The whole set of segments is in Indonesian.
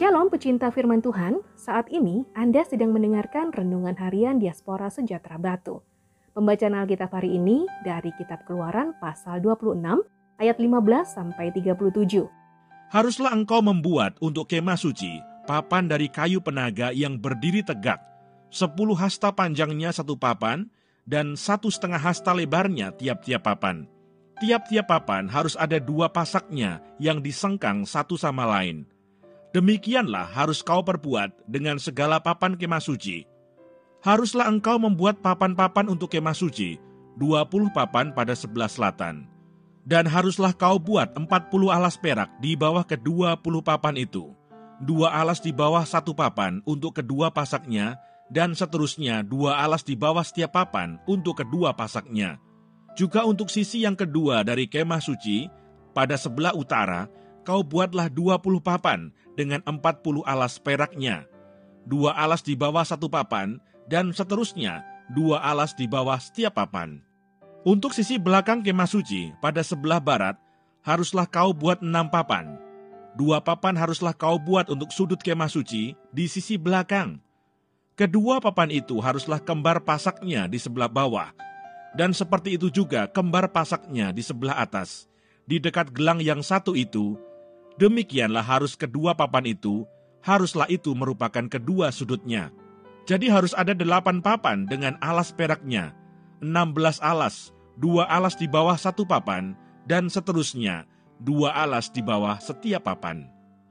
Shalom pecinta firman Tuhan, saat ini Anda sedang mendengarkan Renungan Harian Diaspora Sejahtera Batu. Pembacaan Alkitab hari ini dari Kitab Keluaran pasal 26 ayat 15 sampai 37. Haruslah engkau membuat untuk kemah suci papan dari kayu penaga yang berdiri tegak, 10 hasta panjangnya satu papan, dan 1,5 hasta lebarnya tiap-tiap papan. Tiap-tiap papan harus ada 2 pasaknya yang disengkang satu sama lain. Demikianlah harus kau perbuat dengan segala papan kemah suci. Haruslah engkau membuat papan-papan untuk kemah suci, 20 papan pada sebelah selatan. Dan haruslah kau buat 40 alas perak di bawah ke-20 papan itu, 2 alas di bawah satu papan untuk kedua pasaknya, dan seterusnya 2 alas di bawah setiap papan untuk kedua pasaknya. Juga untuk sisi yang kedua dari kemah suci, pada sebelah utara, kau buatlah 20 papan dengan 40 alas peraknya, 2 alas di bawah satu papan, dan seterusnya 2 alas di bawah setiap papan. Untuk sisi belakang kemah suci, pada sebelah barat, haruslah kau buat 6 papan. 2 papan haruslah kau buat untuk sudut kemah suci di sisi belakang. Kedua papan itu haruslah kembar pasaknya di sebelah bawah, dan seperti itu juga kembar pasaknya di sebelah atas, di dekat gelang yang satu itu. Demikianlah harus kedua papan itu, haruslah itu merupakan kedua sudutnya. Jadi harus ada 8 papan dengan alas peraknya, 16 alas, 2 alas di bawah satu papan, dan seterusnya 2 alas di bawah setiap papan.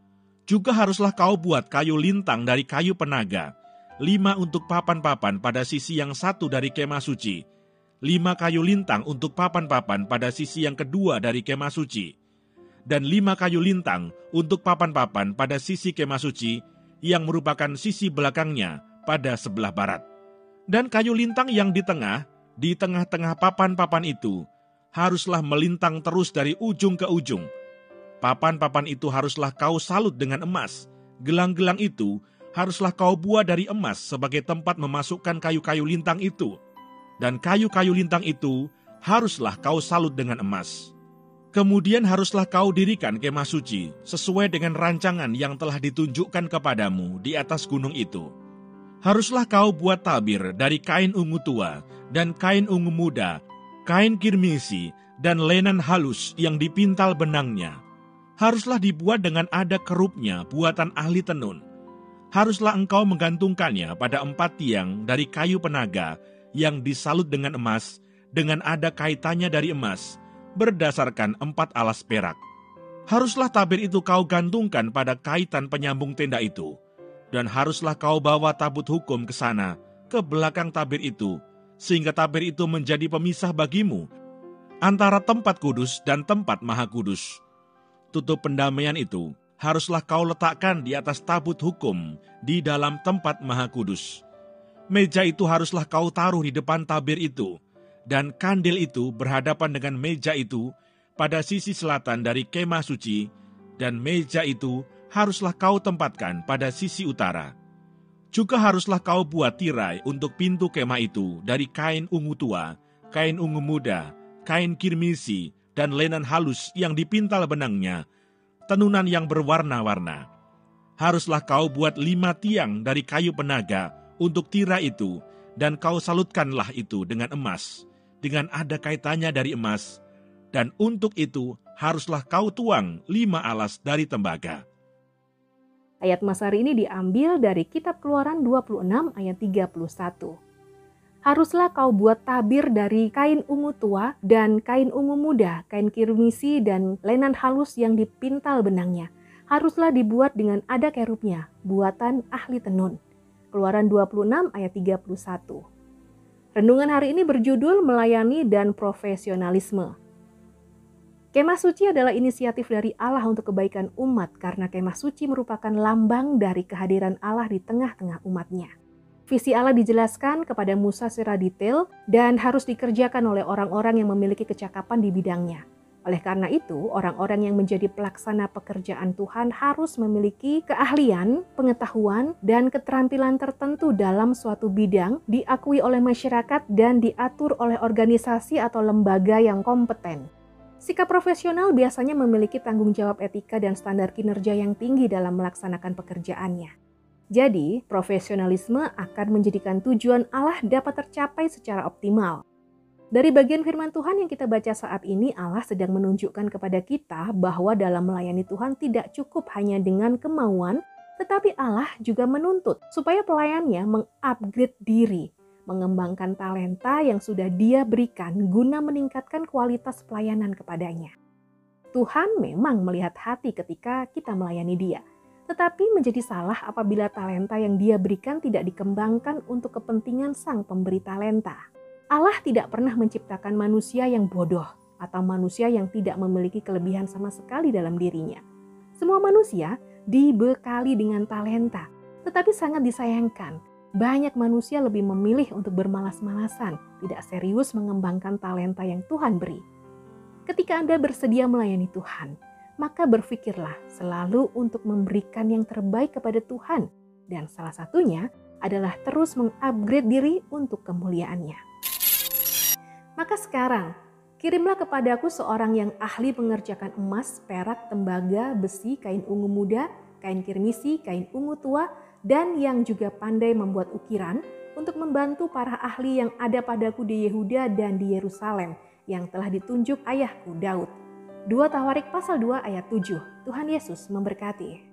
Juga haruslah kau buat kayu lintang dari kayu penaga, 5 untuk papan-papan pada sisi yang satu dari kemah suci, 5 kayu lintang untuk papan-papan pada sisi yang kedua dari kemah suci, dan 5 kayu lintang untuk papan-papan pada sisi kemah suci yang merupakan sisi belakangnya pada sebelah barat. Dan kayu lintang yang di tengah-tengah papan-papan itu, haruslah melintang terus dari ujung ke ujung. Papan-papan itu haruslah kau salut dengan emas. Gelang-gelang itu haruslah kau buat dari emas sebagai tempat memasukkan kayu-kayu lintang itu. Dan kayu-kayu lintang itu haruslah kau salut dengan emas. Kemudian haruslah kau dirikan kemah suci sesuai dengan rancangan yang telah ditunjukkan kepadamu di atas gunung itu. Haruslah kau buat tabir dari kain ungu tua dan kain ungu muda, kain kirmisi, dan lenan halus yang dipintal benangnya. Haruslah dibuat dengan ada kerupnya buatan ahli tenun. Haruslah engkau menggantungkannya pada 4 tiang dari kayu penaga yang disalut dengan emas, dengan ada kaitannya dari emas, berdasarkan 4 alas perak. Haruslah tabir itu kau gantungkan pada kaitan penyambung tenda itu, dan haruslah kau bawa tabut hukum ke sana, ke belakang tabir itu, sehingga tabir itu menjadi pemisah bagimu antara tempat kudus dan tempat maha kudus. Tutup pendamaian itu haruslah kau letakkan di atas tabut hukum di dalam tempat maha kudus. Meja itu haruslah kau taruh di depan tabir itu, dan kandil itu berhadapan dengan meja itu pada sisi selatan dari kemah suci, dan meja itu haruslah kau tempatkan pada sisi utara. Juga haruslah kau buat tirai untuk pintu kemah itu dari kain ungu tua, kain ungu muda, kain kirmisi, dan lenan halus yang dipintal benangnya, tenunan yang berwarna-warna. Haruslah kau buat 5 tiang dari kayu penaga untuk tirai itu, dan kau salutkanlah itu dengan emas, dengan ada kaitannya dari emas, dan untuk itu haruslah kau tuang 5 alas dari tembaga. Ayat Mas hari ini diambil dari Kitab Keluaran 26 ayat 31. Haruslah kau buat tabir dari kain ungu tua dan kain ungu muda, kain kirmisi dan lenan halus yang dipintal benangnya. Haruslah dibuat dengan ada kerubnya, buatan ahli tenun. Keluaran 26 ayat 31. Renungan hari ini berjudul Melayani dan Profesionalisme. Kemah suci adalah inisiatif dari Allah untuk kebaikan umat karena kemah suci merupakan lambang dari kehadiran Allah di tengah-tengah umatnya. Visi Allah dijelaskan kepada Musa secara detail dan harus dikerjakan oleh orang-orang yang memiliki kecakapan di bidangnya. Oleh karena itu, orang-orang yang menjadi pelaksana pekerjaan Tuhan harus memiliki keahlian, pengetahuan, dan keterampilan tertentu dalam suatu bidang, diakui oleh masyarakat dan diatur oleh organisasi atau lembaga yang kompeten. Sikap profesional biasanya memiliki tanggung jawab etika dan standar kinerja yang tinggi dalam melaksanakan pekerjaannya. Jadi, profesionalisme akan menjadikan tujuan Allah dapat tercapai secara optimal. Dari bagian firman Tuhan yang kita baca saat ini, Allah sedang menunjukkan kepada kita bahwa dalam melayani Tuhan tidak cukup hanya dengan kemauan, tetapi Allah juga menuntut supaya pelayannya mengupgrade diri, mengembangkan talenta yang sudah Dia berikan guna meningkatkan kualitas pelayanan kepadanya. Tuhan memang melihat hati ketika kita melayani Dia, tetapi menjadi salah apabila talenta yang Dia berikan tidak dikembangkan untuk kepentingan sang pemberi talenta. Allah tidak pernah menciptakan manusia yang bodoh atau manusia yang tidak memiliki kelebihan sama sekali dalam dirinya. Semua manusia dibekali dengan talenta, tetapi sangat disayangkan, banyak manusia lebih memilih untuk bermalas-malasan, tidak serius mengembangkan talenta yang Tuhan beri. Ketika Anda bersedia melayani Tuhan, maka berpikirlah selalu untuk memberikan yang terbaik kepada Tuhan, dan salah satunya adalah terus mengupgrade diri untuk kemuliaannya. Maka sekarang, kirimlah kepadaku seorang yang ahli mengerjakan emas, perak, tembaga, besi, kain ungu muda, kain kirmisi, kain ungu tua, dan yang juga pandai membuat ukiran untuk membantu para ahli yang ada padaku di Yehuda dan di Yerusalem yang telah ditunjuk ayahku Daud. 2 Tawarik pasal 2 ayat 7. Tuhan Yesus memberkati.